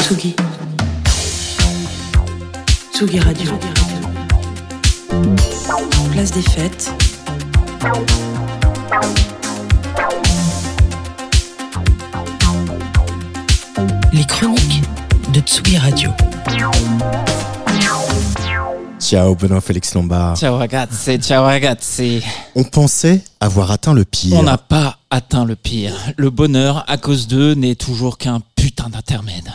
Tsugi Radio. Place des Fêtes. Les chroniques de Tsugi Radio. Ciao Benoît Félix Lombard. Ciao ragazzi. On pensait avoir atteint le pire. On n'a pas atteint le pire. Le bonheur, à cause d'eux, n'est toujours qu'un putain d'intermède.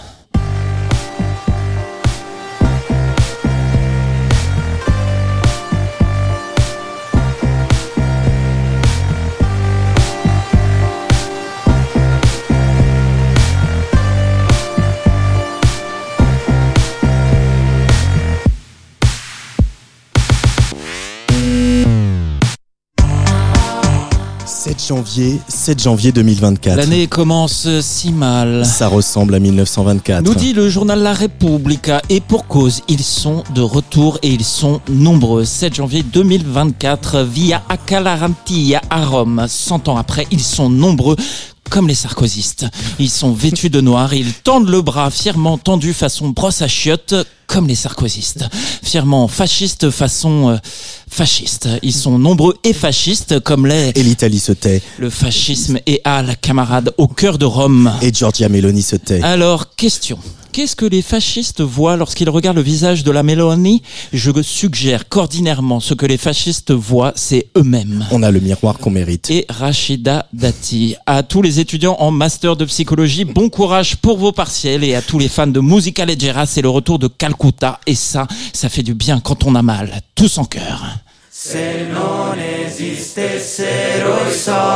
« 7 janvier 2024. L'année commence si mal. Ça ressemble à 1924. Nous dit le journal La Repubblica, et pour cause, ils sont de retour et ils sont nombreux. 7 janvier 2024, via Accalarantia à Rome. 100 ans après, ils sont nombreux. Comme les sarkozystes. Ils sont vêtus de noir et ils tendent le bras fièrement tendu façon brosse à chiottes, comme les sarkozystes. Fièrement fascistes façon fasciste. Ils sont nombreux et fascistes comme les... Et l'Italie se tait. Le fascisme est la camarade au cœur de Rome. Et Giorgia Meloni se tait. Alors, question. Qu'est-ce que les fascistes voient lorsqu'ils regardent le visage de la Meloni ? Je suggère qu'ordinairement, ce que les fascistes voient, c'est eux-mêmes. On a le miroir qu'on mérite. Et Rachida Dati. À tous les étudiants en master de psychologie, bon courage pour vos partiels. Et à tous les fans de musica leggera, c'est le retour de Calcutta. Et ça fait du bien quand on a mal. Tous en cœur. Se non esistessero I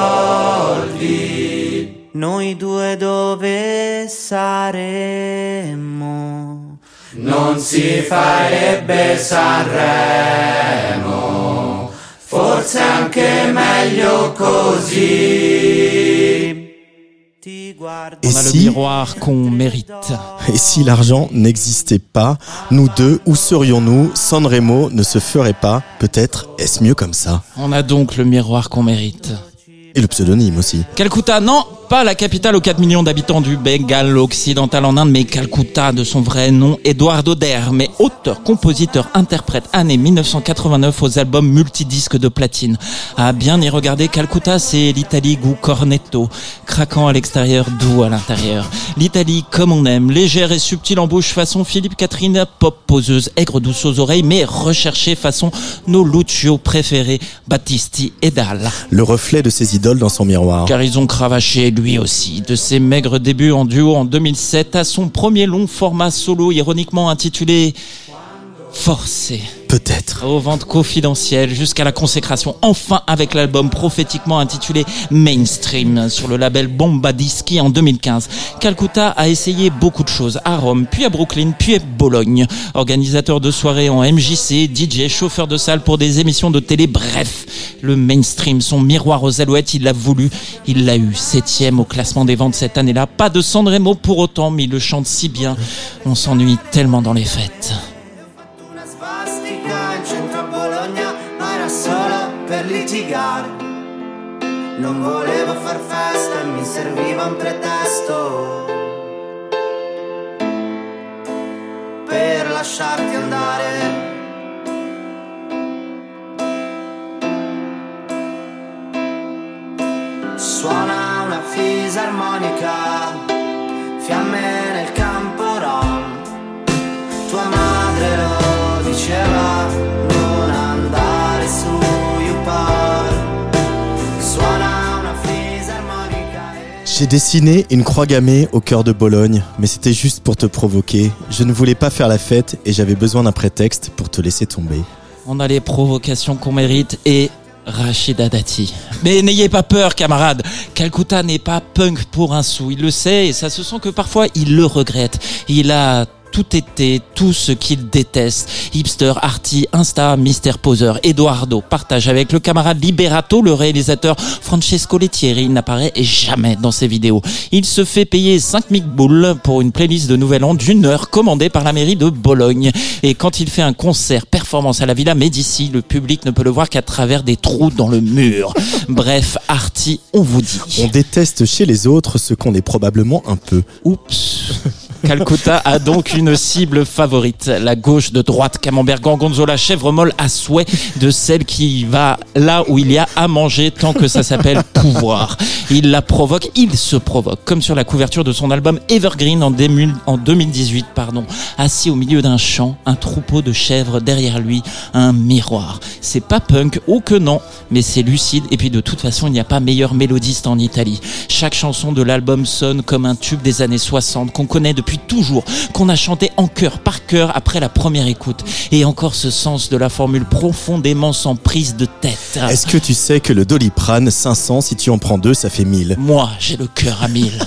soldi, noi due dove saremmo? Non si farebbe Sanremo, forse anche meglio così. On a le miroir qu'on mérite. Et si l'argent n'existait pas, nous deux, où serions-nous ? Sanremo ne se ferait pas. Peut-être est-ce mieux comme ça ? On a donc le miroir qu'on mérite. Et le pseudonyme aussi. Calcutta, non, pas la capitale aux 4 millions d'habitants du Bengale occidental en Inde, mais Calcutta de son vrai nom, Eduardo Derme, auteur, compositeur, interprète, année 1989 aux albums multidisques de platine. À bien y regarder, Calcutta, c'est l'Italie goût cornetto, craquant à l'extérieur, doux à l'intérieur. L'Italie comme on aime, légère et subtile en bouche façon Philippe Catherine, pop poseuse, aigre douce aux oreilles, mais recherchée façon nos Lucio préférés, Battisti et Dalla. Le reflet de ses idoles dans son miroir. Car ils ont cravaché lui aussi, de ses maigres débuts en duo en 2007 à son premier long format solo ironiquement intitulé Forcé. Peut-être. Aux ventes confidentielles jusqu'à la consécration enfin avec l'album prophétiquement intitulé Mainstream sur le label Bomba Dischi en 2015. Calcutta a essayé beaucoup de choses à Rome, puis à Brooklyn, puis à Bologne. Organisateur de soirées en MJC, DJ, chauffeur de salle pour des émissions de télé, bref. Le Mainstream, son miroir aux alouettes, il l'a voulu, il l'a eu. 7e au classement des ventes cette année-là. Pas de Sanremo pour autant, mais il le chante si bien. On s'ennuie tellement dans les fêtes. Per litigare, non volevo far festa e mi serviva un pretesto per lasciarti andare. Suona una fisarmonica, fiamme nel campo rom. Tua madre lo diceva, non andare su. J'ai dessiné une croix gammée au cœur de Bologne, mais c'était juste pour te provoquer. Je ne voulais pas faire la fête et j'avais besoin d'un prétexte pour te laisser tomber. On a les provocations qu'on mérite et Rachida Dati. Mais n'ayez pas peur, camarades. Calcutta n'est pas punk pour un sou. Il le sait et ça se sent que parfois il le regrette. Il a tout été, tout ce qu'il déteste. Hipster, arty, insta, mystère poseur. Eduardo partage avec le camarade Liberato, le réalisateur Francesco Lettieri. Il n'apparaît jamais dans ses vidéos. Il se fait payer 5000 boules pour une playlist de Nouvel An d'1 heure commandée par la mairie de Bologne. Et quand il fait un concert performance à la Villa Médici, le public ne peut le voir qu'à travers des trous dans le mur. Bref, arty, on vous dit. On déteste chez les autres ce qu'on est probablement un peu. Oups. Calcutta a donc une cible favorite. La gauche de droite, camembert, gorgonzola, chèvre molle à souhait, de celle qui va là où il y a à manger tant que ça s'appelle pouvoir. Il se provoque, comme sur la couverture de son album Evergreen en 2018, assis au milieu d'un champ, un troupeau de chèvres derrière lui, un miroir. C'est pas punk, oh que non, mais c'est lucide et puis de toute façon il n'y a pas meilleur mélodiste en Italie. Chaque chanson de l'album sonne comme un tube des années 60 qu'on connaît depuis toujours, qu'on a chanté en chœur, par cœur après la première écoute. Et encore ce sens de la formule profondément sans prise de tête. Est-ce que tu sais que le Doliprane 500, si tu en prends 2, ça fait 1000? Moi, j'ai le cœur à 1000.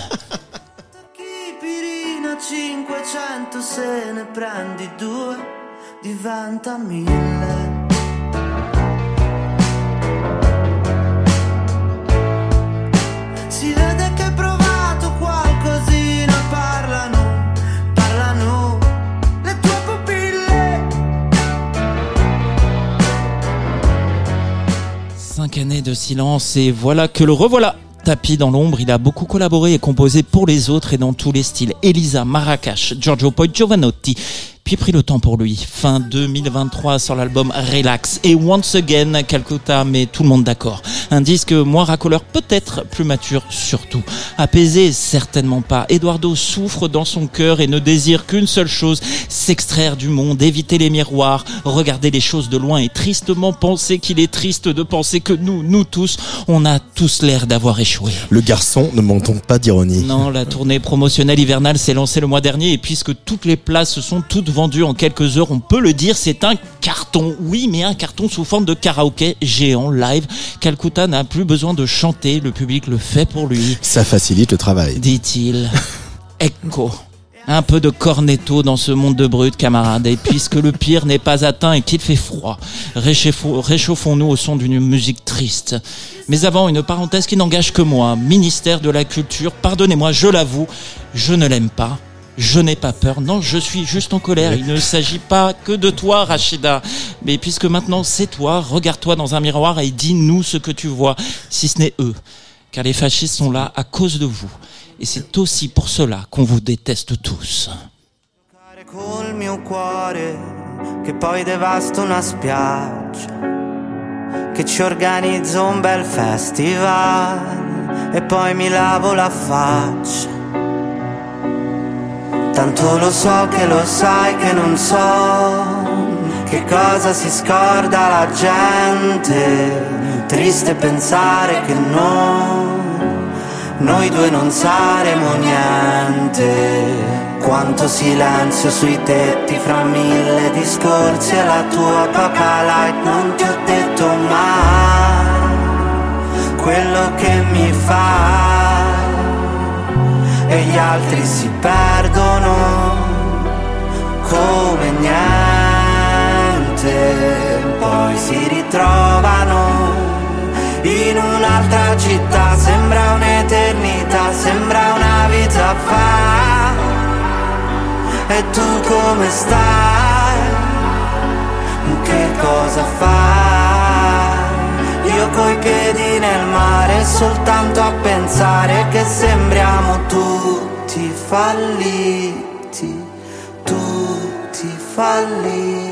Pirina 500 se ne prendi 2 diventa 1000. Si vede che hai provato qualcosina, parlano le tue pupille. 5 années de silence et voilà que le revoilà. Tapis dans l'ombre, il a beaucoup collaboré et composé pour les autres et dans tous les styles. Elisa, Marracash, Giorgio Poi Giovanotti. Puis pris le temps pour lui. Fin 2023 sur l'album Relax. Et Once Again, Calcutta met tout le monde d'accord. Un disque moins racoleur, peut-être plus mature surtout. Apaisé, certainement pas. Eduardo souffre dans son cœur et ne désire qu'une seule chose, s'extraire du monde, éviter les miroirs, regarder les choses de loin et tristement penser qu'il est triste de penser que nous tous, on a tous l'air d'avoir échoué. Le garçon ne manque donc pas d'ironie. Non, la tournée promotionnelle hivernale s'est lancée le mois dernier et puisque toutes les places sont toutes vendues en quelques heures, on peut le dire, c'est un carton. Oui, mais un carton sous forme de karaoké géant live. Calcutta n'a plus besoin de chanter, le public le fait pour lui. Ça facilite le travail. Dit-il. Ecco. Un peu de cornetto dans ce monde de brut, camarades. Et puisque le pire n'est pas atteint et qu'il fait froid, réchauffons-nous au son d'une musique triste. Mais avant, une parenthèse qui n'engage que moi. Ministère de la Culture, pardonnez-moi, je l'avoue, je ne l'aime pas. Je n'ai pas peur, non, je suis juste en colère. Il ne s'agit pas que de toi, Rachida. Mais puisque maintenant c'est toi, regarde-toi dans un miroir et dis-nous ce que tu vois, si ce n'est eux. Car les fascistes sont là à cause de vous. Et c'est aussi pour cela qu'on vous déteste tous. Col mio cuore che poi devasta una spiaggia, che ci organizzo un bel festival e poi mi lavo la faccia. Tanto lo so che lo sai che non so che cosa si scorda la gente. Triste pensare che noi due non saremo niente. Quanto silenzio sui tetti fra 1000 discorsi e la tua Coca Light. Non ti ho detto mai quello che mi fai e gli altri si perdono come niente, poi si ritrovano in un'altra città. Sembra un'eternità, sembra una vita fa. E tu come stai? Che cosa fai? Io coi piedi nel mare soltanto a pensare che sembriamo tutti falliti, tutti falliti.